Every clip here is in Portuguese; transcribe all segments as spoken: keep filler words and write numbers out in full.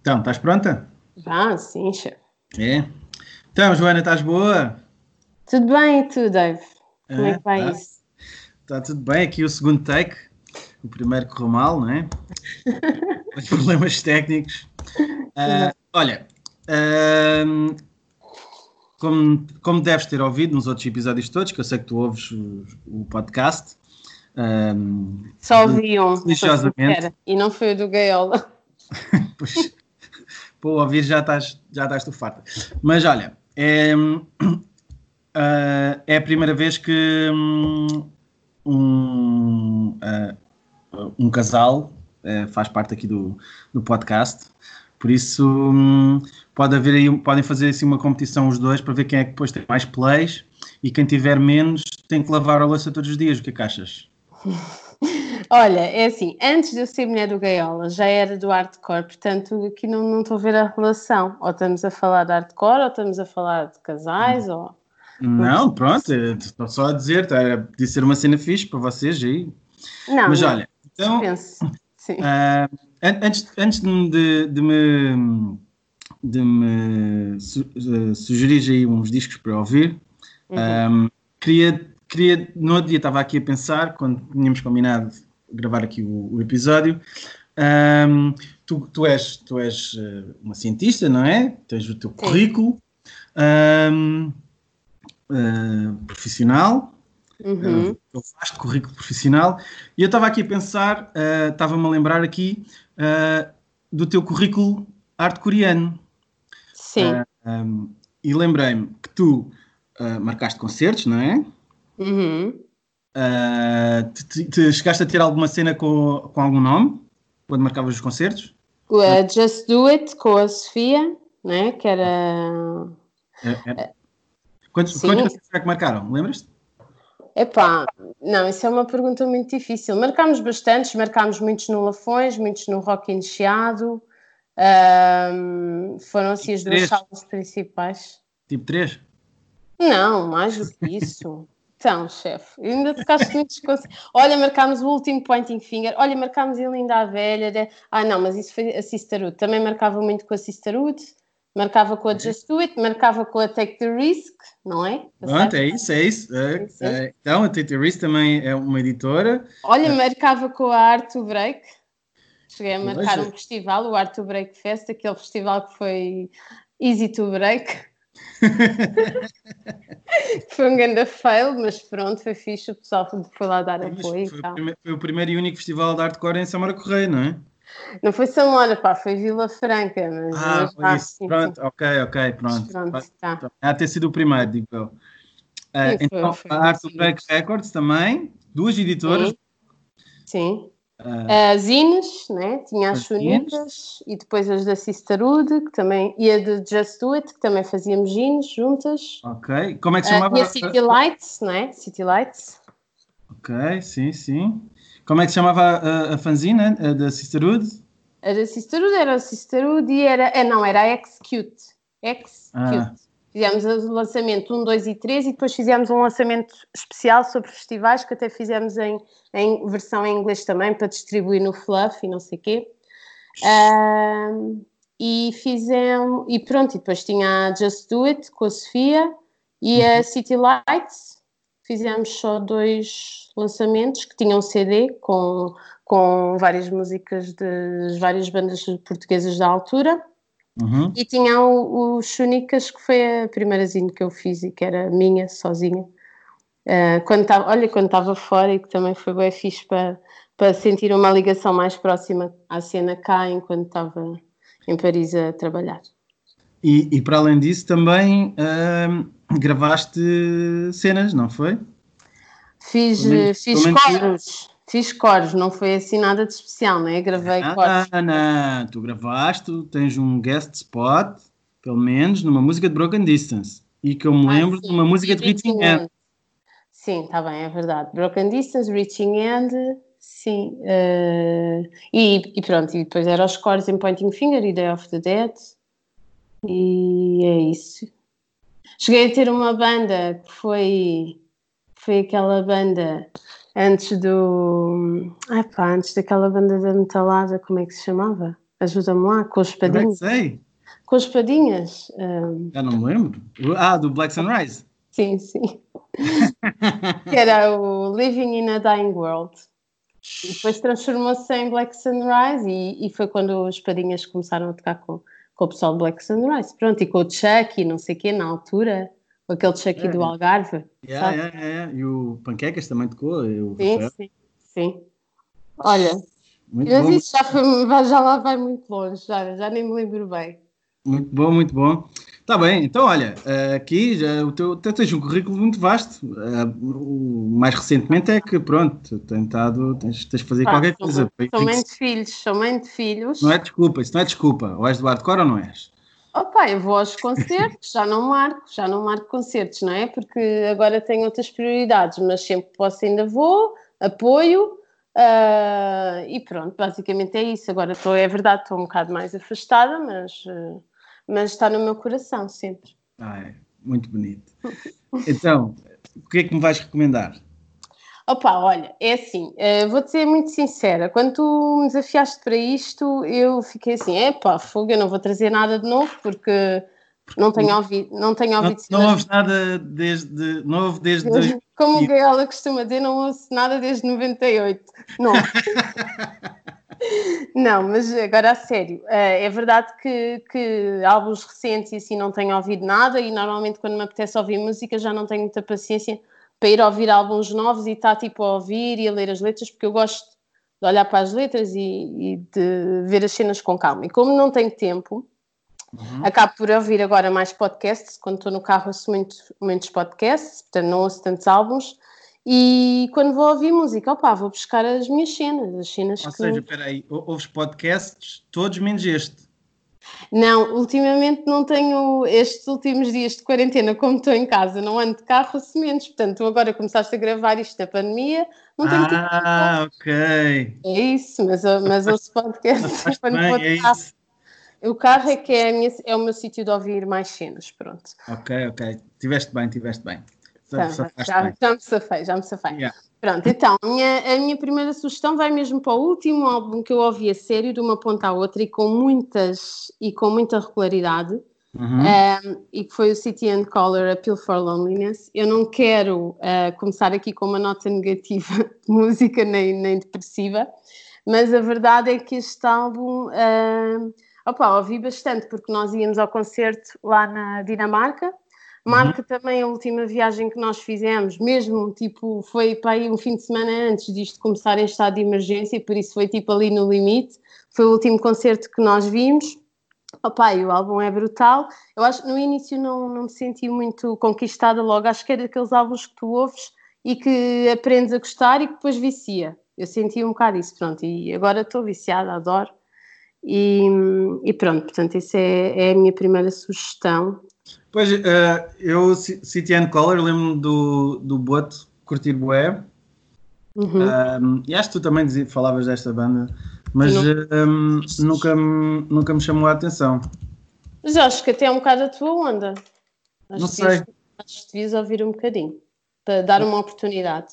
Então, estás pronta? Ah, sim, chefe. É. Então, Joana, estás boa? Tudo bem, e tu, Dave? Como é É, que vai tá, isso? tá tudo bem. Aqui o segundo take. O primeiro correu mal, não é? Os problemas técnicos. Ah, olha, ahm, como, como deves ter ouvido nos outros episódios todos, que eu sei que tu ouves o, o podcast, ahm, Só ouvi um, sou religiosamente, sincera, e não foi o do Gaiola. pois, para ouvir já estás, já estás tu farta. Mas olha, é, ah, é a primeira vez que hum, um, ah, um casal ah, faz parte aqui do, do podcast, por isso hum, pode haver aí, podem fazer assim uma competição os dois para ver quem é que depois tem mais plays e quem tiver menos tem que lavar a louça todos os dias. O que é que achas? Olha, é assim, antes de eu ser mulher do Gaiola, já era do hardcore, portanto aqui não, não estou a ver a relação. Ou estamos a falar de hardcore, ou estamos a falar de casais, ou... Não, Não, pronto, estou só a dizer, tá, podia ser uma cena fixe para vocês aí. não, Mas não. olha, então, Dispenso. Sim. ah, an- antes, antes de, me- de, de me, de me su, eh, sugerir aí uns discos para ouvir, Uhum. um, queria, queria, no outro dia estava aqui a pensar, quando tínhamos combinado gravar aqui o, o episódio, um, tu, tu és, tu és uh, uma cientista, não é? Tens o teu Sim. currículo um, uh, profissional, Uhum. uh, o vasto currículo profissional, e eu estava aqui a pensar, uh, estava-me a lembrar aqui uh, do teu currículo arte coreano. Sim. Uh, um, e lembrei-me que tu uh, marcaste concertos, não é? Uhum. Uh, te, te, chegaste a ter alguma cena com, com algum nome quando marcavas os concertos? O, uh, Just Do It com a Sofia, né? Que era... É, é. Quantos, quantos Sim. concertos é que marcaram? Lembras-te? Epá, não, isso é uma pergunta muito difícil. Marcámos bastantes, marcámos muitos no Lafões, muitos no Rock in Chiado. Ahm, foram assim Tipo as duas três? salas principais. Tipo três? Não, mais do que isso. Então, chefe, ainda tocaste muitos concertos. Olha, marcámos o último Pointing Finger. Olha, marcámos a Linda a Velha. De... Ah, não, mas isso foi a Sisterhood. Também marcava muito com a Sisterhood. Marcava com a Just Do It. Marcava com a Take the Risk, não é? Pronto, é isso, é isso. Sim, É, sim. é. Então, a Tita Reese também é uma editora. Olha, marcava com a Art to Break. Cheguei a marcar Pois. um festival, o Art to Break Fest, aquele festival que foi Easy to Break. Foi um grande fail, mas pronto, foi fixe, o pessoal foi lá dar Mas apoio e foi, o tal. primeiro, foi o primeiro e único festival de hardcore em Samara Correia, não é? Não foi Samora, pá, foi Vila Franca, mas, Ah, mas foi ah, isso. sim, sim. Pronto, ok, ok, Mas pronto. pronto, tá. Há de ter sido o primeiro, digo eu. Ah, Sim, foi, então, foi a muito Art of Break seguidos. Records também, duas editoras. Sim, sim. ah, As Ines, né? Tinha as fanzines. Sonicas e depois as da Sisterhood, que também, e a de Just Do It, que também fazíamos Ines juntas. Ok. Como é que se Ah, e a chamava? City Lights, né? City Lights. Ok, sim, sim. Como é que se chamava a, a fanzine, a da Sisterhood? A da Sisterhood era a Sisterhood e era. É, não, era a Execute. Execute. Ah, Fizemos o lançamento um, dois e três e depois fizemos um lançamento especial sobre festivais que até fizemos em, em versão em inglês também para distribuir no Fluff e não sei o quê. Um, e fizemos. E pronto, e depois tinha a Just Do It com a Sofia e a City Lights. Fizemos só dois lançamentos que tinham C D com, com várias músicas de várias bandas portuguesas da altura. uhum. E tinha o, o Chunicas, que foi a primeira zine que eu fiz e que era minha, sozinha. Uh, quando tava, olha, quando estava fora e que também foi bem fixe para, para sentir uma ligação mais próxima à cena cá, enquanto estava em Paris a trabalhar. E, e para além disso também ahm, gravaste cenas, não foi? Fiz, Pelo menos, pelo fiz menos... coros, fiz coros, não foi assim nada de especial, né? Gravei coros. Ah, não, tu gravaste, tu tens um guest spot, pelo menos, numa música de Broken Distance. E que eu me Ah, lembro de sim. uma música E de Reaching Reaching End. End. Sim, está bem, é verdade. Broken Distance, Reaching End, sim. Uh, e, e pronto, e depois eram os cores em Pointing Finger e Day of the Dead. E é isso. Cheguei a ter uma banda que foi, foi aquela banda antes do... Ai pá, antes daquela banda da metalada, como é que se chamava? Ajuda-me lá, com as Eu é que espadinhas. sei. Com as espadinhas. Um, Já não me lembro. Ah, do Black Sunrise. sim, sim. Que era o Living in a Dying World. E depois transformou-se em Black Sunrise e, e foi quando as espadinhas começaram a tocar com, com o pessoal do Black Sunrise. Pronto, e com o Chuck e não sei o quê, na altura, com aquele Chuck É, do Algarve, yeah, sabe? yeah, yeah. E o Panquecas também tocou, e o Sim, Rafael. sim, sim. Olha, Muito mas bom, isso já, foi, vai- já lá vai muito longe, já, já nem me lembro bem. muito bom, muito bom. Está bem, então olha, eh, aqui já, o teu, tu tens um currículo muito vasto. Eh, o mais recentemente é que, pronto, tentado, tens, tens de fazer Pá, qualquer sou, coisa. Tem sou que mãe se- de filhos, sou mãe de Não filhos. é desculpa, isso não é desculpa. Ou és do hardcore ou não és? Opa, eu vou aos concertos, já não marco, já não marco concertos, não é? Porque agora tenho outras prioridades, mas sempre que posso ainda vou, apoio, ah, e pronto, basicamente é isso. Agora estou, é verdade, estou um bocado mais afastada, mas, ah, mas está no meu coração sempre. Ah, é, muito bonito. Então, o que é que me vais recomendar? Opa, olha, é assim, eh, vou-te ser muito sincera, quando tu me desafiaste para isto, eu fiquei assim, epá, fogo, eu não vou trazer nada de novo, porque não tenho ouvido, não tenho Não, ouvido não cenas. ouves nada desde novo desde Como o dois mil e vinte. Gaiola costuma dizer, não ouço nada desde noventa e oito. Não, não, mas agora a sério, eh, é verdade que, que álbuns recentes e assim não tenho ouvido nada e normalmente quando me apetece ouvir música já não tenho muita paciência para ir ouvir álbuns novos e estar tipo a ouvir e a ler as letras, porque eu gosto de olhar para as letras e, e de ver as cenas com calma. E como não tenho tempo, Uhum. acabo por ouvir agora mais podcasts. Quando estou no carro, ouço muito, muitos podcasts, portanto, não ouço tantos álbuns. E quando vou ouvir música, opá, vou buscar as minhas cenas, as cenas Ou que. seja, espera aí, ou- ouves podcasts todos menos este. Não, ultimamente não tenho. Estes últimos dias de quarentena, como estou em casa, não ando de carro, ouço menos. Portanto, tu agora começaste a gravar isto na pandemia, não tenho tempo. Ah, ok. É isso, mas, mas ouço Mas podcasts faz quando vou bem, de é carro. isso. O carro é que é, a minha- é o meu sítio de ouvir mais cenas, pronto. Ok, ok. Tiveste bem, tiveste bem. Sa- Tá, Safaste já, bem. já me safei, já me safei. Yeah. Pronto, então, a minha, a minha primeira sugestão vai mesmo para o último álbum que eu ouvi a sério, de uma ponta à outra, e com muitas e com muita regularidade, Uhum. um, e que foi o City and Color, A Pill for Loneliness. Eu não quero uh, começar aqui com uma nota negativa de música, nem, nem depressiva, mas a verdade é que este álbum, uh, opa, ouvi bastante, porque nós íamos ao concerto lá na Dinamarca. Uhum. Marca também a última viagem que nós fizemos, mesmo tipo, foi para aí um fim de semana antes disto começar em estado de emergência, por isso foi tipo ali no limite. Foi o último concerto que nós vimos. Opa, e o álbum é brutal. Eu acho que no início não, não me senti muito conquistada logo. Acho que é daqueles álbuns que tu ouves e que aprendes a gostar e que depois vicia. Eu senti um bocado isso, pronto. E agora estou viciada, adoro. E, e pronto, portanto, essa é, é a minha primeira sugestão. Pois, eh, eu, C- City and Color, lembro-me do, do Boto, curtir bué. Uhum. Um, e acho que tu também dizia- falavas desta banda, mas Não. um, nunca, me- nunca me chamou a atenção. Mas eu acho que até é um bocado a tua onda. Não Acho que devias, sei, acho que devias ouvir um bocadinho, para dar uma oportunidade.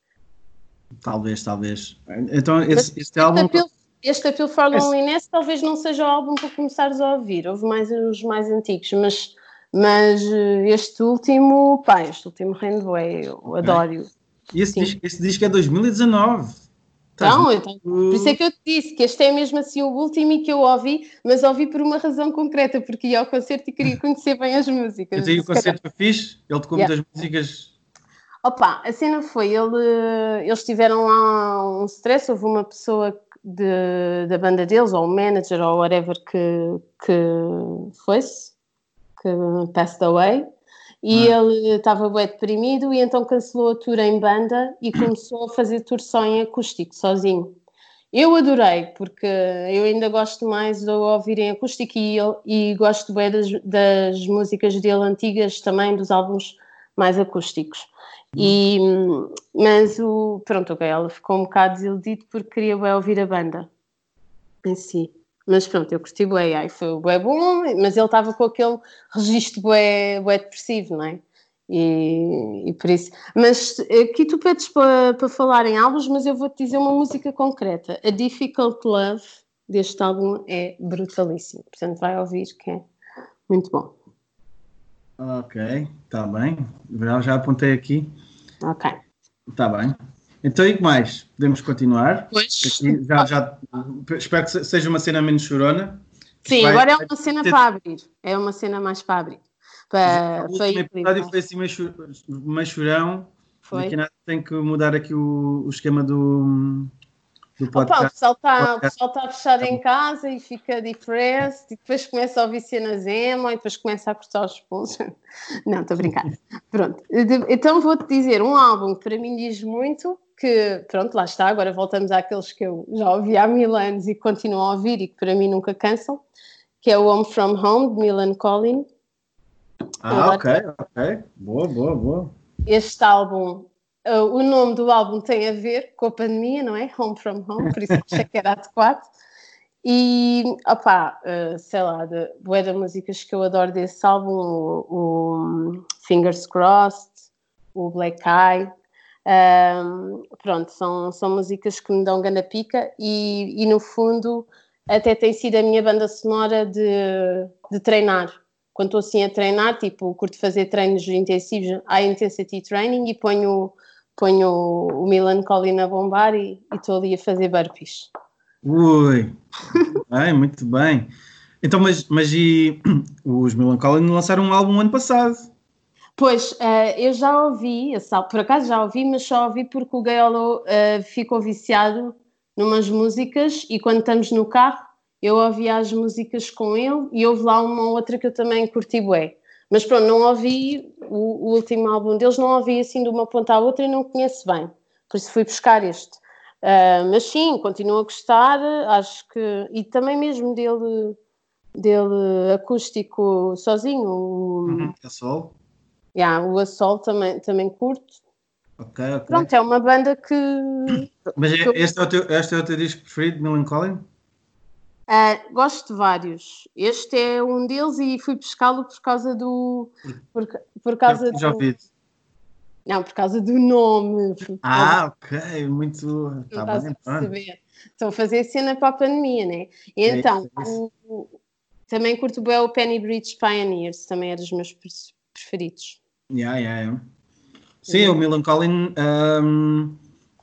talvez, talvez. Então, Mas esse, este este álbum. Appeal, este Appeal for Esse- Loneliness talvez não seja o álbum para começares a ouvir. Houve mais os mais antigos, mas, mas eh, este último, pá, este último Rainbow, eu ok. adoro. E esse Sim. disco, esse disco é dois mil e dezanove. Estás Então, então, por isso é muito. que eu te disse que este é mesmo assim o último e que eu ouvi, mas ouvi por uma razão concreta, porque ia ao concerto e queria conhecer bem as músicas. Então, e o Se calhar. concerto foi fixe? Ele tocou Yeah. muitas músicas. Opa, a cena foi, ele, eles tiveram lá um stress, houve uma pessoa de, da banda deles, ou um manager, ou whatever, que, que foi-se, que passed away, e Ah, ele estava bem deprimido e então cancelou a tour em banda e começou a fazer tour só em acústico, sozinho. Eu adorei, porque eu ainda gosto mais de ouvir em acústico e, ele, e gosto bem das, das músicas dele antigas também, dos álbuns mais acústicos. hum. E, mas o, pronto, ok, ela ficou um bocado desiludido porque queria bem ouvir a banda em si. Mas pronto, eu curti bué, aí foi bué bom, mas ele estava com aquele registro bué, bué depressivo, não é? E, e por isso. Mas aqui tu pedes para, para falar em álbuns, mas eu vou-te dizer uma música concreta. A Difficult Love, deste álbum é brutalíssimo. Portanto, vai ouvir que é muito bom. Ok, está bem. Já, já apontei aqui. Ok. Está bem. Então, e que mais? Podemos continuar? Pois. Aqui já, já, espero que seja uma cena menos chorona. Sim, vai, agora é vai uma cena ter... para abrir. É uma cena mais para abrir. Para, o para último episódio foi assim meio, meio chorão. Foi. Daqui a nada tem que mudar aqui o, o esquema do, do Opa, o podcast. pessoal está tá fechado em casa e fica depressed e depois começa a ouvir cenas emo e depois começa a cortar os pulsos. Não, estou a brincar. Pronto. Então vou-te dizer um álbum que para mim diz muito, que pronto, lá está, agora voltamos àqueles que eu já ouvi há mil anos e continuo a ouvir e que para mim nunca cansam, que é o Home From Home, de Millen Collin. Ah, ok, ok. Boa, boa, boa. Este álbum, uh, o nome do álbum tem a ver com a pandemia, não é? Home From Home, por isso achei que era adequado. E, opá, uh, sei lá, de bué de músicas que eu adoro desse álbum, o, o Fingers Crossed, o Black Eye, um, pronto, são, são músicas que me dão gana pica e, e, no fundo, até tem sido a minha banda sonora de, de treinar. Quando estou assim a treinar, tipo, curto fazer treinos intensivos, high intensity training, e ponho, ponho o Millen Collin a bombar e estou ali a fazer burpees. Ui, muito bem, muito bem. Então, mas, mas e os Millen Collin lançaram um álbum ano passado? Pois, uh, eu já ouvi, por acaso já ouvi, mas só ouvi porque o Gaiolo uh, ficou viciado numas músicas e quando estamos no carro eu ouvia as músicas com ele e houve lá uma ou outra que eu também curti bué. Mas pronto, não ouvi o, o último álbum deles, não ouvi assim de uma ponta à outra e não conheço bem, por isso fui buscar este. Uh, mas sim, continuo a gostar, acho que... E também mesmo dele, dele acústico sozinho. O, uhum. A Sol? yeah, o Assol também, também curto. Ok, ok. Pronto, é uma banda que... Mas que eu, este é, o teu, este é o teu disco preferido, Millen Collin? uh, gosto de vários. Este é um deles e fui pescá-lo por causa do... Por, por causa Já do... ouvi. Não, por causa do nome. Ah, ok, muito. Não Está estás bem, a pronto. perceber. Estão a fazer cena para a pandemia, né? E É então, isso, é isso. o, o, também curto bem o Penny Bridge Pioneers, também é dos meus preferidos. Yeah, yeah, yeah. Sim, o Millen Collin, um,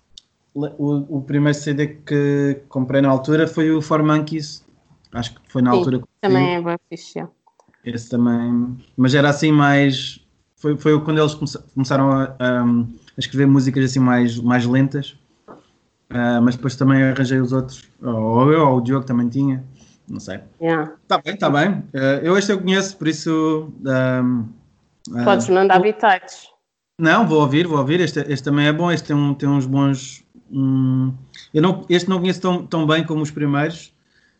o, o primeiro C D que comprei na altura foi o For Monkeys. Acho que foi na Sim, altura que também é bem fixe. esse também, mas era assim mais. Foi, foi quando eles come- começaram a, a, a escrever músicas assim mais, mais lentas. Uh, mas depois também arranjei os outros, ou eu ou o Diogo também tinha, não sei. Yeah. Está bem, está bem. Uh, eu este eu conheço, por isso. Um, uh, Podes mandar bitites. Não, vou ouvir, vou ouvir. Este, este também é bom, este tem, um, tem uns bons. Um, eu não, este não conheço tão, tão bem como os primeiros.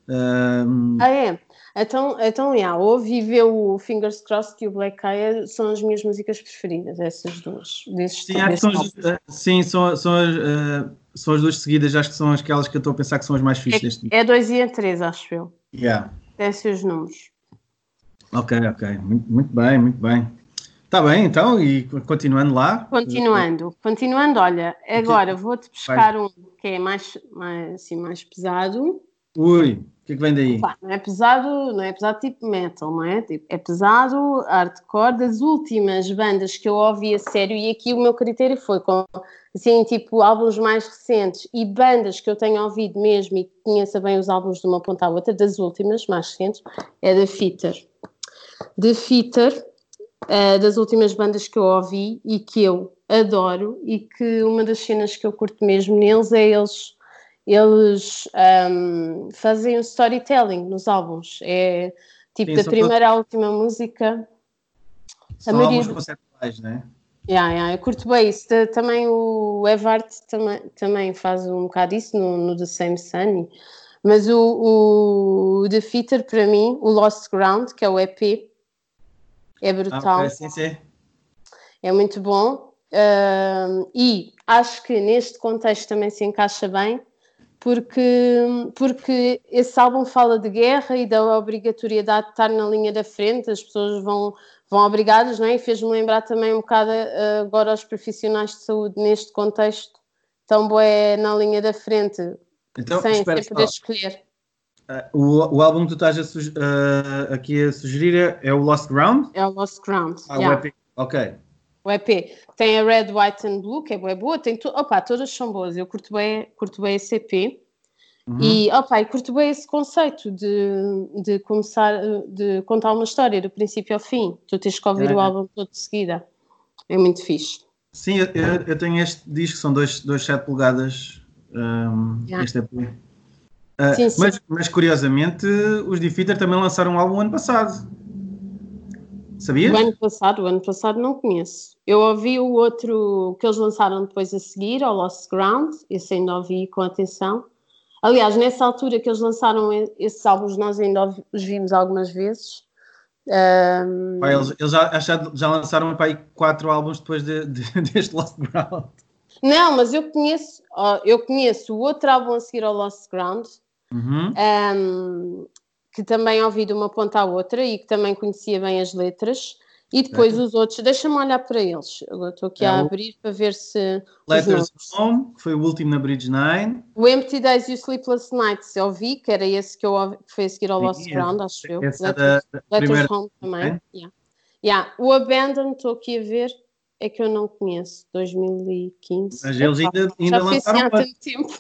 Uh, Ah, é? Então, então yeah, ouve e vê o Fingers Crossed e o Black Eye, são as minhas músicas preferidas, essas duas. Desses, sim, acho que são, deste as- uh, sim, são, são, as, uh, são as duas seguidas, acho que são aquelas que eu estou a pensar que são as mais fixas deste. É, é dois e a três, acho eu. Yeah. Desce os números. Ok, ok. Muito, muito bem, muito bem. Está bem, então, e continuando lá. Continuando, continuando, olha, agora vou-te buscar um que é mais, mais, assim, mais pesado. Ui, o que é que vem daí? Opa, não é pesado, não é pesado tipo metal, não é? Tipo, é pesado, hardcore, das últimas bandas que eu ouvi a sério, e aqui o meu critério foi com, assim, tipo, álbuns mais recentes e bandas que eu tenho ouvido mesmo e que conheça bem os álbuns de uma ponta à outra, das últimas, mais recentes, é da Fitter. The Fitter, uh, das últimas bandas que eu ouvi e que eu adoro, e que uma das cenas que eu curto mesmo neles é eles, eles um, fazem o storytelling nos álbuns. É tipo, Sim, da primeira todos, à última música. são a álbuns maioria... conceptuais, não é? Yeah, yeah, eu curto bem isso. Também o Evart também, também faz um bocado isso no, no The Same Sun. Mas o, o The Fitter, para mim, o Lost Ground, que é o E P, é brutal. Ah, ok, sim, sim. É muito bom. Uh, e acho que neste contexto também se encaixa bem, porque, porque esse álbum fala de guerra e da obrigatoriedade de estar na linha da frente, as pessoas vão, vão obrigadas, não é? E fez-me lembrar também um bocado uh, agora aos profissionais de saúde neste contexto, tão bué na linha da frente, Então, sem, espera sem poder só. escolher. o, o álbum que tu estás a suge- uh, aqui a sugerir é, é o Lost Ground? É o Lost Ground. Ah, yeah. o E P. Ok. O E P. Tem a Red, White and Blue, que é boa, boa. Tem tu... Opa, todas são boas. Eu curto bem, curto bem esse E P. Uhum. E, opa, e curto bem esse conceito de, de começar, de contar uma história do princípio ao fim. Tu tens que ouvir É. o álbum todo de seguida. É muito fixe. Sim, eu, eu tenho este disco, são dois, dois sete polegadas. Um, Yeah. Este E P. Uh, Sim, sim. mas, mas curiosamente, os Defeater também lançaram um álbum ano passado. Sabias? O ano passado, o ano passado não conheço. Eu ouvi o outro que eles lançaram depois a seguir, ao Lost Ground, esse ainda ouvi com atenção. Aliás, nessa altura que eles lançaram esses álbuns, nós ainda os vimos algumas vezes. Um... Pá, eles eles já, já, já lançaram pá, aí quatro álbuns depois de, de, deste Lost Ground. Não, mas eu conheço, eu conheço o outro álbum a seguir ao Lost Ground, Uhum. um, que também ouvi de uma ponta à outra e que também conhecia bem as letras. E depois É. os outros, deixa-me olhar para eles. Agora estou aqui É a o abrir para ver se Letters Home, que foi o último na Bridge Nine. o Empty Days e o Sleepless Nights eu ouvi, que era esse que eu ouvi, que foi a seguir ao Lost Sim, Ground, acho eu. esse é Letters, da, da Letters primeira. Home também. Nine. Yeah. Yeah. O Abandon, estou aqui a ver, é que eu não conheço, dois mil e quinze. Mas eles Epá, ainda, ainda já foi assim lançaram há outro. tanto tempo.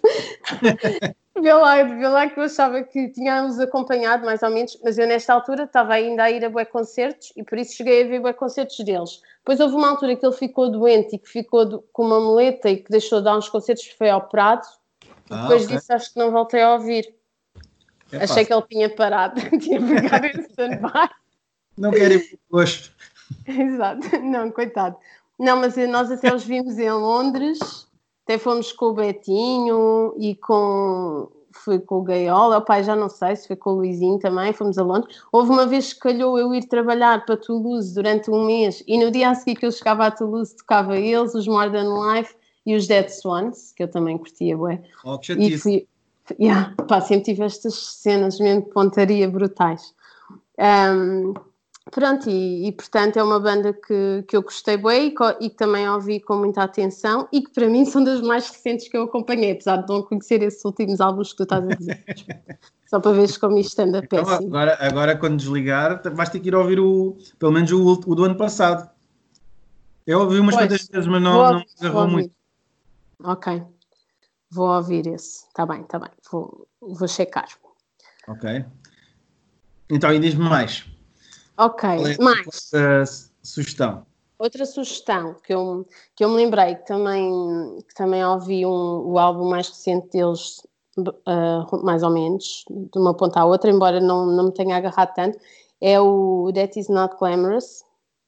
Vê lá, vê lá que eu achava que tínhamos acompanhado mais ou menos, mas eu nesta altura estava ainda a ir a bué concertos e por isso cheguei a ver bué concertos deles. Depois houve uma altura que ele ficou doente e que ficou do, com uma muleta e que deixou de dar uns concertos, foi operado. E Ah, depois ok. disso acho que não voltei a ouvir. É Achei fácil. que ele tinha parado, tinha ficado em stand-by. Não quero ir por gosto. Exato, não, coitado. Não, mas nós até os vimos em Londres, até fomos com o Betinho e com. Fui com o Gaiola, o pai já não sei se foi com o Luizinho também, fomos a Londres. Houve uma vez que calhou eu ir trabalhar para Toulouse durante um mês e no dia a seguir que eu chegava a Toulouse tocava eles, os Modern Life e os Dead Swans, que eu também curtia, bué. Oh, que E chatice. fui. Yeah, pá, sempre tive estas cenas mesmo de pontaria brutais. Um, Pronto, e, e portanto é uma banda que, que eu gostei bem e, co- e que também ouvi com muita atenção e que para mim são das mais recentes que eu acompanhei, apesar de não conhecer esses últimos álbuns que tu estás a dizer. Só para veres como isto anda Então, péssimo. agora, agora, quando desligar, vais ter que ir ouvir o, pelo menos o, ult- o do ano passado. Eu ouvi umas quantas Pois, vezes, mas vou não, não me ouvir, vou agarrou ouvir. muito. Ok, vou ouvir esse. Está bem, está bem, vou, vou checar. Ok. Então, e diz-me mais. Ok, Qual é mais. a su- sugestão? Outra sugestão que eu, que eu me lembrei, que também, que também ouvi um, o álbum mais recente deles, uh, mais ou menos, de uma ponta à outra, embora não, não me tenha agarrado tanto, é o That Is Not Glamorous,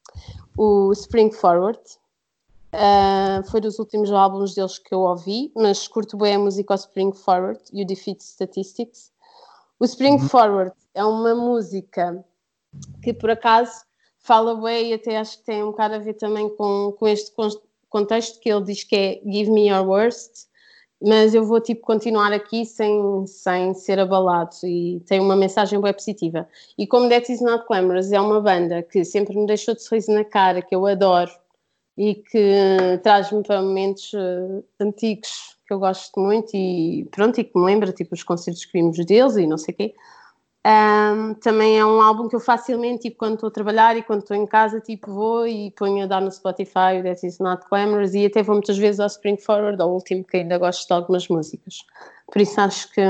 o Spring Forward. Uh, foi dos últimos álbuns deles que eu ouvi, mas curto bem a música ao Spring Forward e o Defeat Statistics. O Spring Uhum. Forward é uma música que, por acaso, fala bem e até acho que tem um bocado a ver também com, com este contexto que ele diz que é Give Me Your Worst, mas eu vou tipo continuar aqui sem, sem ser abalado e tem uma mensagem bem positiva. E como That Is Not Glamorous é uma banda que sempre me deixou de sorriso na cara, que eu adoro e que traz-me para momentos uh, antigos que eu gosto muito e pronto, e que me lembra tipo os concertos que vimos deles e não sei o quê. Um, também é um álbum que eu facilmente, tipo, quando estou a trabalhar e quando estou em casa, tipo, vou e ponho a dar no Spotify o That Is Not Glamorous e até vou muitas vezes ao Spring Forward, ao último, que ainda gosto de algumas músicas. Por isso acho que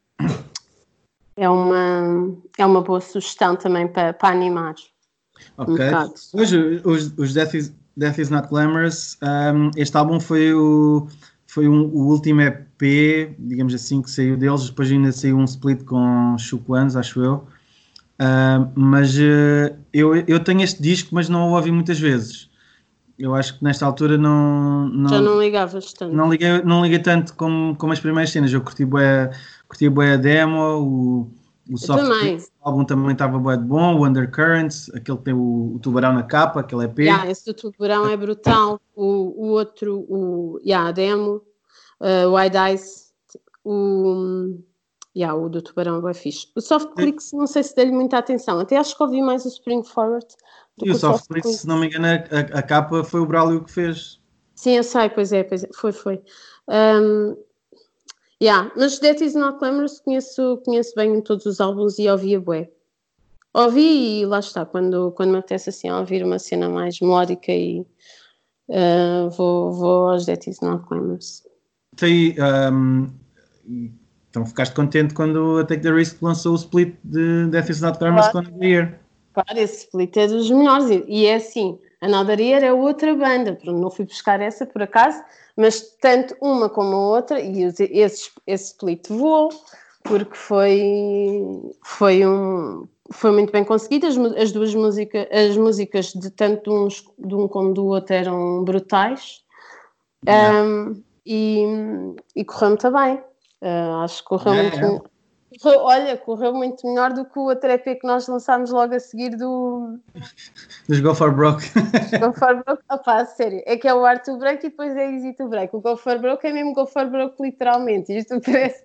é uma, é uma boa sugestão também para, para animar Ok. um bocado. Hoje, os, os Death, is, Death Is Not Glamorous, um, este álbum foi o, foi um, o último E P, digamos assim, que saiu deles. Depois ainda saiu um split com Shook Ones, acho eu. Uh, mas uh, eu, eu tenho este disco, mas não o ouvi muitas vezes. Eu acho que nesta altura não, Já não, não ligavas tanto. não, liguei, não liguei tanto como, como as primeiras cenas. Eu curti bué, curti bué a demo, o, o Eu Soft também. Bricks, o álbum também estava bué de bom, o Undercurrents, aquele que tem o, o tubarão na capa, aquele E P. Yeah, esse do Tubarão é brutal. O, o outro, o yeah, a demo, uh, Wide Eyes, o, yeah, o do Tubarão é bem fixe. O Soft Clicks, não sei se dei-lhe muita atenção. Até acho que ouvi mais o Spring Forward do E que o o Soft Soft Bricks, Clicks. se não me engano, a, a capa foi o Braulio que fez. Sim, eu sei, pois é, pois é. Foi, foi. Um, Yeah, mas That Is Not Glamorous conheço, conheço bem em todos os álbuns e ouvia bué. Ouvi e lá está, quando, quando me apetece assim ouvir uma cena mais melódica e uh, vou, vou aos That Is Not Glamorous. Tem, um, então ficaste contente quando a Take the Risk lançou o split de That Is Not Glamorous com Another Year? Claro, esse split é dos melhores e é assim, Another Year é outra banda, não fui buscar essa por acaso, mas tanto uma como a outra, e esse, esse split voou, porque foi, foi, um, foi muito bem conseguido, as, as duas músicas, as músicas de tanto de, uns, de um como do outro eram brutais, yeah. um, e, e correu muito bem, uh, acho que correu yeah, muito yeah. Melhor. Correu, olha, correu muito melhor do que o outro E P que nós lançámos logo a seguir do... Dos Go For Broke. Go For Broke, opá, sério, é que é o Hard to Break e depois é Easy to Break. O Go For Broke é mesmo Go For Broke literalmente, isto parece...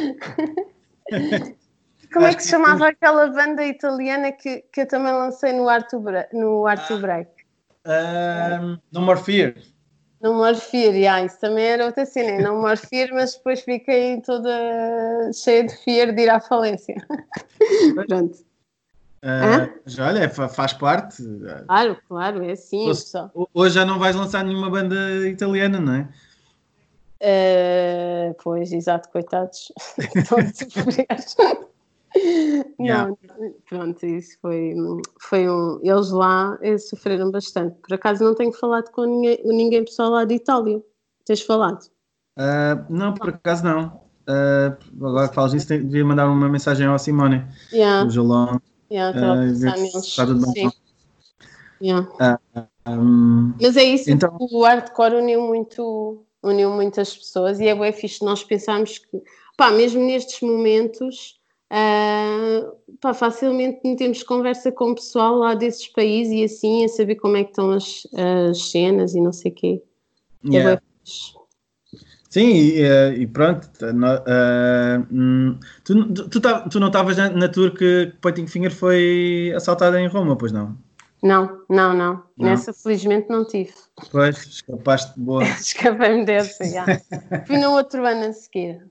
Como é que se chamava aquela banda italiana que, que eu também lancei no Hard to Break? No Hard to Break? Um, No More Fear. No More Fear, yeah, isso também era outra cena, No More Fear, mas depois fiquei toda cheia de fear de ir à falência. Pronto. Uh, já, olha, faz parte. Claro, claro, é assim. Hoje, hoje já não vais lançar nenhuma banda italiana, não é? Uh, pois, exato, coitados. Estão a sofrer. Yeah. Não, pronto, isso foi, foi um. Eles lá eles sofreram bastante. Por acaso não tenho falado com ninguém, ninguém pessoal lá de Itália. Tens falado? Uh, não, por acaso não. Uh, agora que falas isso, devia mandar uma mensagem ao Simone. Yeah. O Jolão. Yeah, estava uh, a pensar neles. Está tudo bem. Yeah. Uh, um, Mas é isso, então... o hardcore uniu muito, uniu muitas pessoas e é bem fixe nós pensarmos que, pá, mesmo nestes momentos. Uh, pá, facilmente temos conversa com o pessoal lá desses países e assim, a saber como é que estão as, as cenas e não sei o quê. Yeah. É Sim, e, e pronto. Uh, uh, tu, tu, tu, tu não estavas na, na tour que Pointing Finger foi assaltada em Roma, pois não? Não, não, não. não. Nessa felizmente não tive. Pois, escapaste de boa. Escapei-me dessa, já. Fui no outro ano a seguir.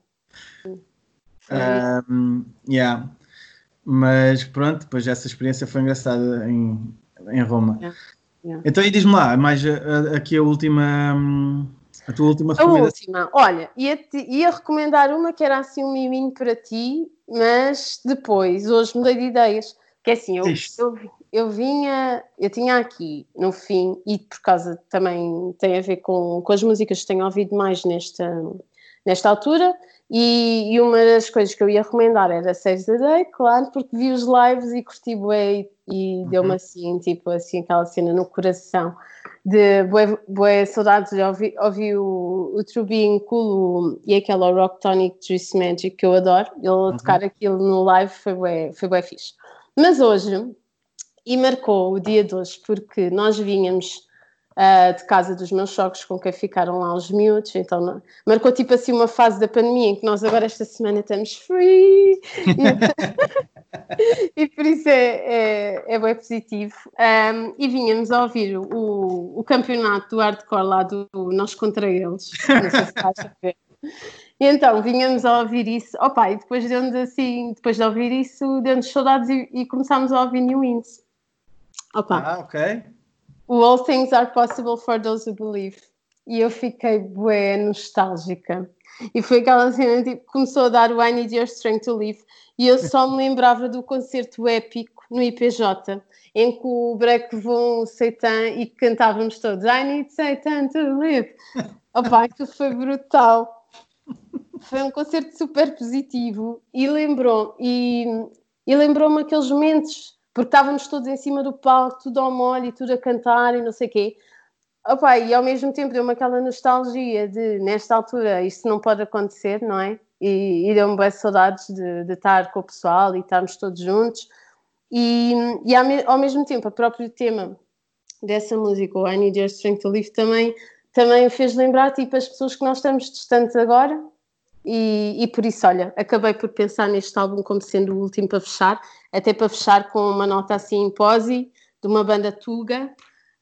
Um, yeah. Mas pronto, depois essa experiência foi engraçada em, em Roma. Yeah. Yeah. Então, e diz-me lá, mais a, a, aqui a última, a tua última recomendação. A última, olha, ia, ia recomendar uma que era assim um miminho para ti, mas depois, hoje mudei de ideias, que é assim, eu, eu, eu vinha, eu tinha aqui no fim, e por causa também tem a ver com, com as músicas que tenho ouvido mais nesta, nesta altura. E, e uma das coisas que eu ia recomendar era Save the Day, claro, porque vi os lives e curti bué e uhum. deu-me assim, tipo, assim, aquela cena no coração de bué, bué saudades de ouvir, ouvir o, o True Being Cool e aquela Rock Tonic Juice Magic que eu adoro, ele uhum. tocar aquilo no live foi bué, foi bué fixe. Mas hoje, e marcou o dia de hoje, porque nós vínhamos Uh, de casa dos meus sogros, com quem ficaram lá os miúdos, então não, marcou tipo assim uma fase da pandemia em que nós agora esta semana estamos free e, e por isso é, é, é bem positivo. Um, e vínhamos a ouvir o, o campeonato do hardcore lá do Nós Contra Eles, não sei se estás a ver. E então vínhamos a ouvir isso, opa, e depois deu-nos assim, depois de ouvir isso, deu-nos saudades e, e começámos a ouvir New Wins. Opa. Ah, ok. O All Things Are Possible for Those Who Believe. E eu fiquei bué nostálgica. E foi aquela cena, tipo, começou a dar o I Need Your Strength to Live. E eu só me lembrava do concerto épico no I P J, em que o Break levou um Satan e cantávamos todos I Need Satan to Live. Opa, aquilo foi brutal. Foi um concerto super positivo e lembrou, e, e lembrou-me aqueles momentos, porque estávamos todos em cima do palco, tudo ao molho e tudo a cantar e não sei o quê. Opa, e ao mesmo tempo deu-me aquela nostalgia de, nesta altura, isto não pode acontecer, não é? E, e deu-me boas saudades de, de estar com o pessoal e estarmos todos juntos. E, e ao, me, ao mesmo tempo, o próprio tema dessa música, o I Need Your Strength to Live, também, também fez lembrar, tipo, as pessoas que nós estamos distantes agora. E, e por isso, olha, acabei por pensar neste álbum como sendo o último para fechar, até para fechar com uma nota assim, posi, de uma banda tuga,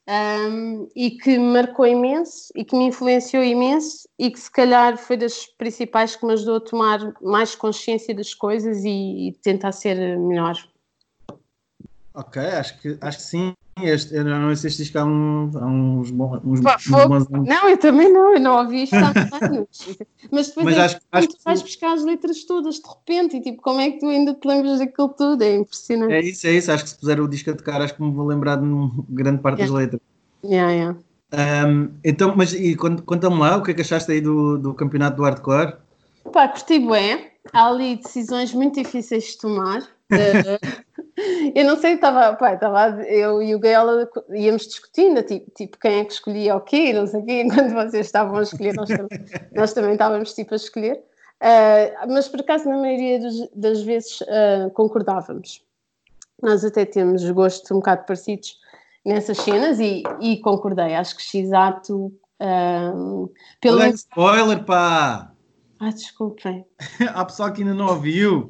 um, e que me marcou imenso e que me influenciou imenso e que se calhar foi das principais que me ajudou a tomar mais consciência das coisas e, e tentar ser melhor. Ok, acho que, acho que sim. Este, eu não sei se este disco há, um, há uns, bons, uns, Pá, uns bons anos. Não, eu também não, eu não ouvi isto há anos. Mas depois Mas é acho, acho que tu que vais buscar as letras todas de repente e tipo, como é que tu ainda te lembras daquilo tudo? É impressionante. é isso, é isso. Acho que se puser o disco a tocar, acho que me vou lembrar de grande parte Yeah. das letras. Yeah, yeah. Um, então, mas e conta-me lá, o que é que achaste aí do, do campeonato do hardcore? Pá, curti bué. Há ali decisões muito difíceis de tomar. Uh, eu não sei, estava, pá, estava, eu e o Gael íamos discutindo, tipo, tipo, quem é que escolhia o quê, não sei o quê, enquanto vocês estavam a escolher, nós também, nós também estávamos tipo a escolher. Uh, mas por acaso, na maioria dos, das vezes, uh, concordávamos. Nós até temos gostos um bocado parecidos nessas cenas e, e concordei. Acho que X-Ato, uh, pelo. Olha, spoiler, pá! Ah, desculpem. Há pessoal que ainda não ouviu.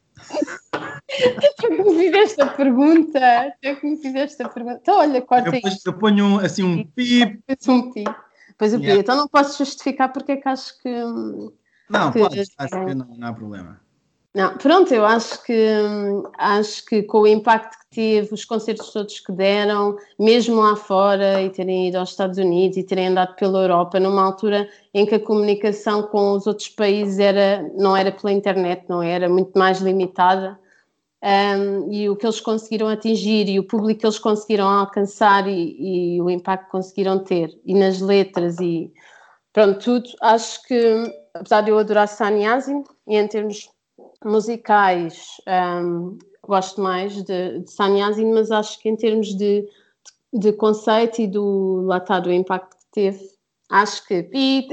Tu que me fizeste a pergunta. Tu que me fizeste a pergunta. Então, olha, corta Eu, isto. eu ponho assim um pip. Um pi. Pois o pi. Yeah. Então não posso justificar porque é que acho que. Não, que podes, acho que não, não há problema. Não, pronto, eu acho que acho que com o impacto que teve, os concertos todos que deram, mesmo lá fora, e terem ido aos Estados Unidos e terem andado pela Europa, numa altura em que a comunicação com os outros países era, não era pela internet, não era muito mais limitada, um, e o que eles conseguiram atingir e o público que eles conseguiram alcançar e, e o impacto que conseguiram ter, e nas letras e pronto, tudo, acho que, apesar de eu adorar Sannyasi, e em termos musicais um, gosto mais de, de Sannyasi, mas acho que em termos de, de, de conceito e do, lá está, do impacto que teve, acho que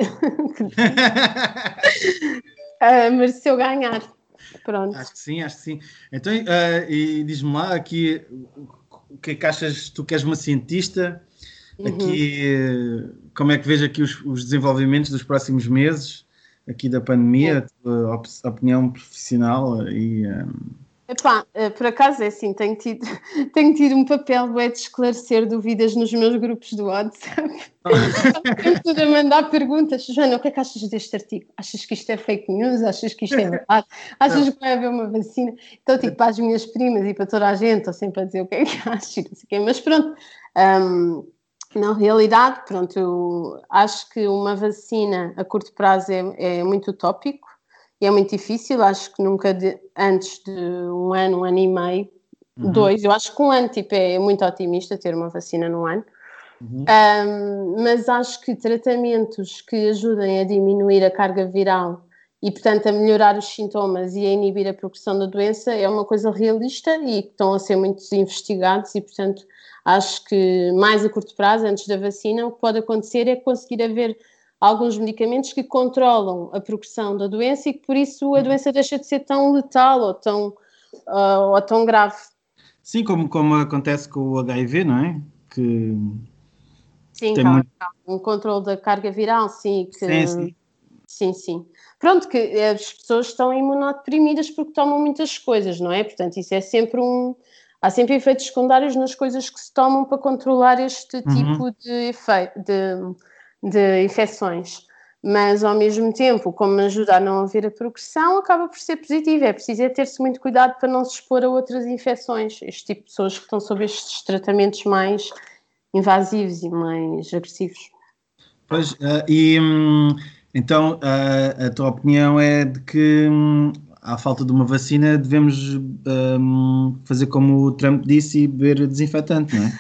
uh, mereceu ganhar. Pronto. Acho que sim, acho que sim. Então, uh, e diz-me lá aqui o que é que achas, tu que és uma cientista, aqui, uhum. Como é que vês aqui os, os desenvolvimentos dos próximos meses aqui da pandemia, é. A tua op opinião profissional e... Um... Epá, por acaso é assim, tenho tido, tenho tido um papel bué de esclarecer dúvidas nos meus grupos do WhatsApp. Estou tudo a mandar perguntas. Joana, o que é que achas deste artigo? Achas que isto é fake news? Achas que isto é verdade? Achas que vai haver uma vacina? Então, tipo, para as minhas primas e para toda a gente, estou sempre a dizer o que é que achas, não sei o quê. Mas pronto, um, na realidade, pronto, eu acho que uma vacina a curto prazo é, é muito utópico. E é muito difícil, acho que nunca de, antes de um ano, um ano e meio, uhum. dois, eu acho que um ano tipo, é muito otimista ter uma vacina num ano, uhum. um, mas acho que tratamentos que ajudem a diminuir a carga viral e, portanto, a melhorar os sintomas e a inibir a progressão da doença é uma coisa realista e que estão a ser muito investigados e, portanto, acho que mais a curto prazo, antes da vacina, o que pode acontecer é conseguir haver alguns medicamentos que controlam a progressão da doença e que por isso a doença deixa de ser tão letal ou tão, uh, ou tão grave. Sim, como, como acontece com o H I V, não é? Que sim, tem muito... um controle da carga viral, sim. Que... Sim, sim. Sim, sim. Pronto, que as pessoas estão imunodeprimidas porque tomam muitas coisas, não é? Portanto, isso é sempre um... Há sempre efeitos secundários nas coisas que se tomam para controlar este uhum. tipo de efeito, de... de infecções, mas ao mesmo tempo, como ajuda a não haver a progressão, acaba por ser positivo. É preciso é ter-se muito cuidado para não se expor a outras infecções, este tipo de pessoas que estão sob estes tratamentos mais invasivos e mais agressivos. Pois, uh, e então uh, a tua opinião é de que um, à falta de uma vacina devemos um, fazer como o Trump disse e beber desinfetante, não é?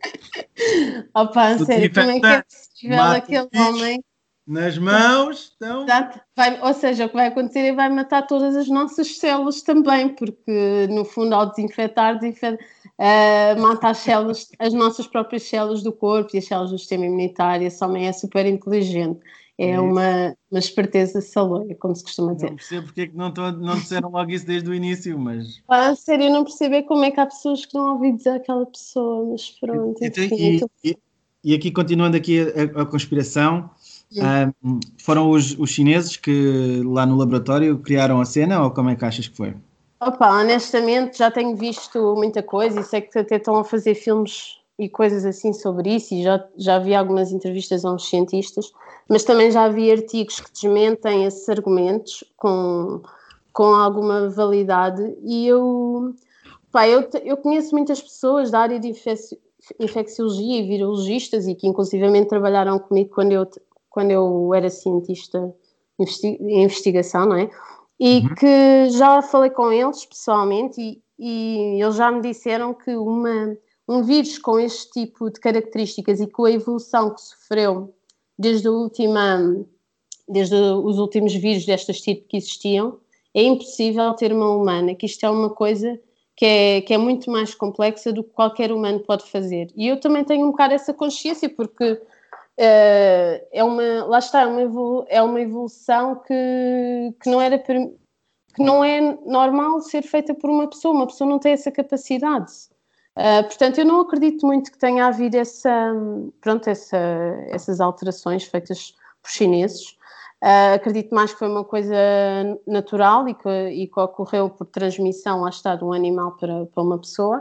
Opa, sério, como é que é possível aquele homem nas mãos, então... vai, ou seja, o que vai acontecer é que vai matar todas as nossas células também, porque no fundo ao desinfetar, desinfeta, uh, mata as células, as nossas próprias células do corpo e as células do sistema imunitário. Esse homem é super inteligente, é, é uma, uma esperteza saloia, como se costuma dizer. Não percebo porque é que não, tô, não disseram logo isso desde o início, mas... Ah, sério, eu não percebo é como é que há pessoas que não ouvem dizer aquela pessoa, mas pronto, enfim. E, e, e aqui, continuando aqui a, a conspiração, um, foram os, os chineses que lá no laboratório criaram a cena, ou como é que achas que foi? Opa, honestamente já tenho visto muita coisa e sei que até estão a fazer filmes e coisas assim sobre isso, e já, já vi algumas entrevistas a uns cientistas, mas também já vi artigos que desmentem esses argumentos com, com alguma validade, e eu, pá, eu, eu conheço muitas pessoas da área de infec- infecciologia e virologistas, e que inclusivamente trabalharam comigo quando eu, quando eu era cientista em investigação, não é? E Uhum. que já falei com eles pessoalmente, e, e eles já me disseram que uma, um vírus com este tipo de características e com a evolução que sofreu desde, a última, desde os últimos vírus destas tipo que existiam, é impossível ter uma humana, que isto é uma coisa que é, que é muito mais complexa do que qualquer humano pode fazer. E eu também tenho um bocado essa consciência, porque Uh, é uma, lá está, é uma, evolu- é uma evolução que, que, não era, que não é normal ser feita por uma pessoa, uma pessoa não tem essa capacidade. Uh, portanto, eu não acredito muito que tenha havido essa, pronto, essa, essas alterações feitas por chineses. Uh, acredito mais que foi uma coisa natural e que, e que ocorreu por transmissão, lá está, de um animal para, para uma pessoa.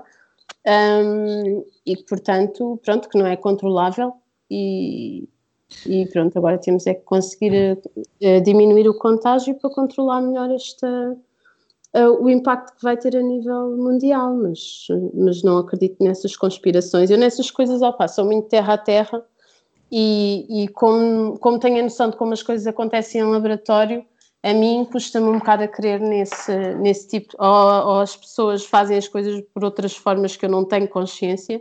Um, e que, portanto, pronto, que não é controlável. E, e pronto, agora temos é que conseguir uh, diminuir o contágio para controlar melhor esta, uh, o impacto que vai ter a nível mundial, mas, mas não acredito nessas conspirações. Eu nessas coisas, opa, sou muito terra a terra, e, e como, como tenho a noção de como as coisas acontecem em laboratório, a mim custa-me um bocado a crer nesse, nesse tipo, ou, ou as pessoas fazem as coisas por outras formas que eu não tenho consciência.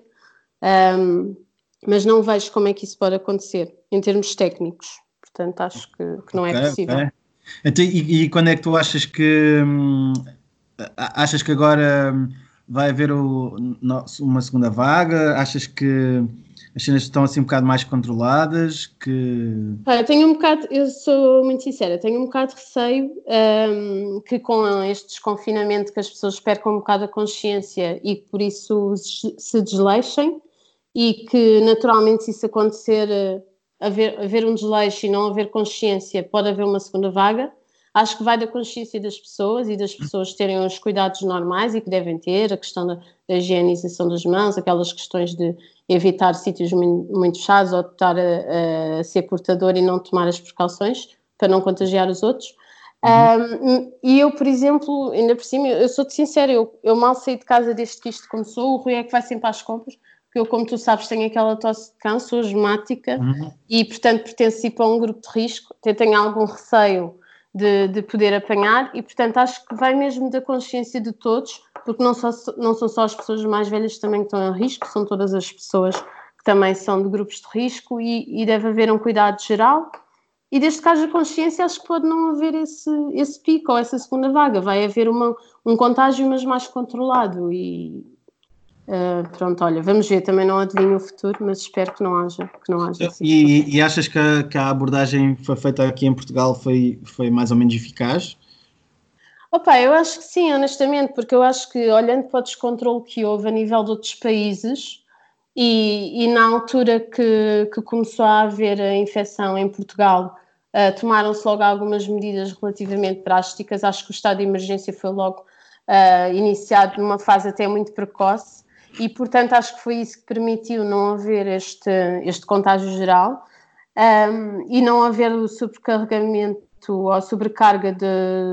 Um, mas não vejo como é que isso pode acontecer em termos técnicos. Portanto, acho que, que não é Ok, possível. ok. Então, e, e quando é que tu achas que hum, a- achas que agora hum, vai haver o- no- uma segunda vaga? Achas que as cenas estão assim um bocado mais controladas? Que Ah, eu tenho um bocado, eu sou muito sincera, tenho um bocado de receio um, que com este desconfinamento que as pessoas percam um bocado a consciência e que por isso se desleixem, e que naturalmente se isso acontecer, eh, haver, haver um desleixo e não haver consciência, pode haver uma segunda vaga. Acho que vai da consciência das pessoas e das pessoas terem os cuidados normais e que devem ter, a questão da, da higienização das mãos, aquelas questões de evitar sítios muito, muito fechados ou de estar a, a ser portador e não tomar as precauções para não contagiar os outros. Uhum. Um, e eu, por exemplo, ainda por cima, eu sou-te sincera, eu, eu mal saí de casa desde que isto começou, o Rui é que vai sempre às compras, porque eu, como tu sabes, tenho aquela tosse de cão, sou asmática Uhum. e, portanto, pertenço para um grupo de risco, até tenho algum receio de, de poder apanhar e, portanto, acho que vai mesmo da consciência de todos, porque não, só, não são só as pessoas mais velhas também que estão em risco, são todas as pessoas que também são de grupos de risco, e, e deve haver um cuidado geral. E desde que haja consciência, acho que pode não haver esse, esse pico ou essa segunda vaga. Vai haver uma, um contágio, mas mais controlado. E uh, pronto, olha, vamos ver. Também não adivinho o futuro, mas espero que não haja, que não haja essa segunda. E, e achas que a, que a abordagem que foi feita aqui em Portugal foi, foi mais ou menos eficaz? Opa, eu acho que sim, honestamente, porque eu acho que, olhando para o descontrole que houve a nível de outros países, e, e na altura que, que começou a haver a infecção em Portugal, uh, tomaram-se logo algumas medidas relativamente drásticas. Acho que o estado de emergência foi logo uh, iniciado numa fase até muito precoce, e, portanto, acho que foi isso que permitiu não haver este, este contágio geral, um, e não haver o sobrecarregamento ou a sobrecarga de,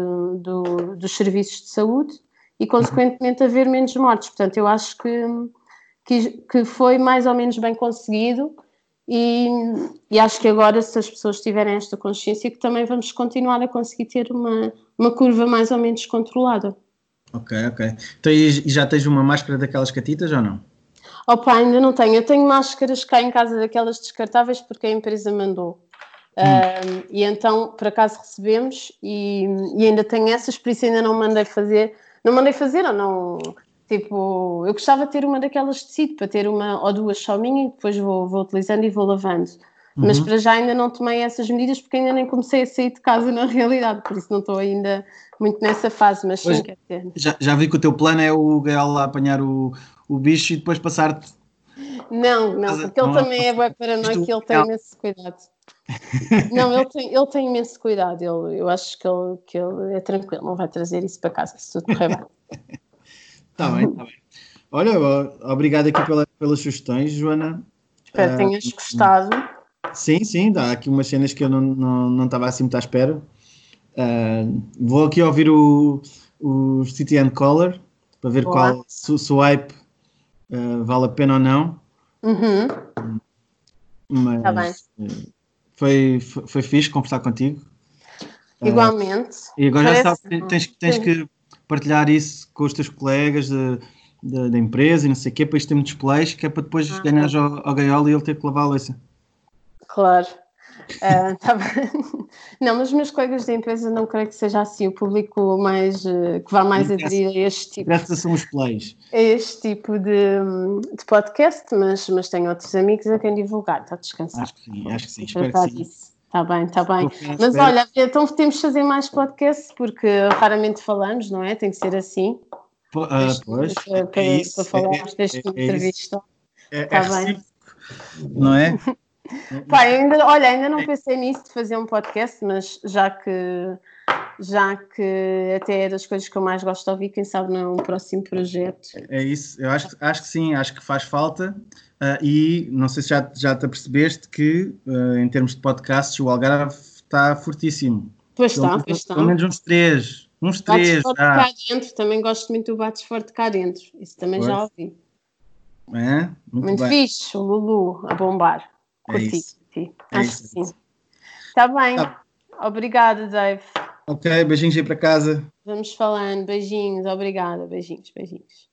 do, dos serviços de saúde, e, consequentemente, haver menos mortes. Portanto, eu acho que, que, que foi mais ou menos bem conseguido, e, e acho que agora, se as pessoas tiverem esta consciência, que também vamos continuar a conseguir ter uma, uma curva mais ou menos controlada. Ok, ok. Então, e, e já tens uma máscara daquelas catitas ou não? Opa, ainda não tenho. Eu tenho máscaras cá em casa daquelas descartáveis porque a empresa mandou. Hum. Um, e então, por acaso, recebemos, e, e ainda tenho essas, por isso ainda não mandei fazer. Não mandei fazer ou não. Tipo, eu gostava de ter uma daquelas de tecido, para ter uma ou duas só minha, e depois vou, vou utilizando e vou lavando. Mas Uhum. para já ainda não tomei essas medidas porque ainda nem comecei a sair de casa na realidade, por isso não estou ainda muito nessa fase, mas sim, Pois, quer dizer. já, já vi que o teu plano é o Gael lá apanhar o, o bicho e depois passar-te. Não, não, porque ele Não é também é bué paranoico isto, e ele tem imenso cuidado. Não, ele tem, ele tem imenso cuidado. Ele, eu acho que ele, que ele é tranquilo, não vai trazer isso para casa, se tudo correr bem. está bem, está bem. Olha, obrigado aqui pela, pelas sugestões, Joana. Espero que tenhas uh, gostado. Sim, sim, dá aqui umas cenas que eu não, não, não estava assim muito à espera. Uh, vou aqui ouvir o, o City and Color para ver Boa. qual se, se o hype uh, vale a pena ou não. Uhum. Mas tá bem. Foi, foi, foi fixe conversar contigo. Igualmente. Uh, e agora Parece... já sabes, tens, tens que partilhar isso com os teus colegas de, de, da empresa e não sei o quê, para isto ter muitos plays, que é para depois ah, ganhares ao, ao Gaiola e ele ter que lavar a louça. Claro. Uh, tá bem. Não, mas os meus colegas da empresa não creio que seja assim o público mais uh, que vá mais aderir a este tipo. Graças são os plays. A este tipo de, de podcast, mas, mas tenho outros amigos a quem divulgar, está a descansar. Acho que sim, acho que sim. Espero que sim. Está bem, está bem. Mas espero. Olha, então temos de fazer mais podcasts porque raramente falamos, não é? Tem que ser assim. Po, uh, pois, para, para, é isso, para falarmos é, desta é, é entrevista. Está é, bem. Não é? Pai, ainda, olha, ainda não pensei nisso de fazer um podcast, mas já que, já que até é das coisas que eu mais gosto de ouvir, quem sabe não é um próximo projeto. É isso, eu acho, acho que sim, acho que faz falta uh, e não sei se já, já te apercebeste que uh, em termos de podcasts o Algarve está fortíssimo. Pois está, pois está. Pelo menos uns três, uns Bates três. Forte ah. cá dentro, também gosto muito do Bates Forte cá dentro, isso também pois. Já ouvi. É? Muito, muito bem. fixe, o Lulu a bombar. Curti, é isso. curti. É Acho isso. que sim. Está bem. Tá. Obrigada, Dave. Ok, beijinhos aí para casa. Vamos falando. Beijinhos, obrigada. Beijinhos, beijinhos.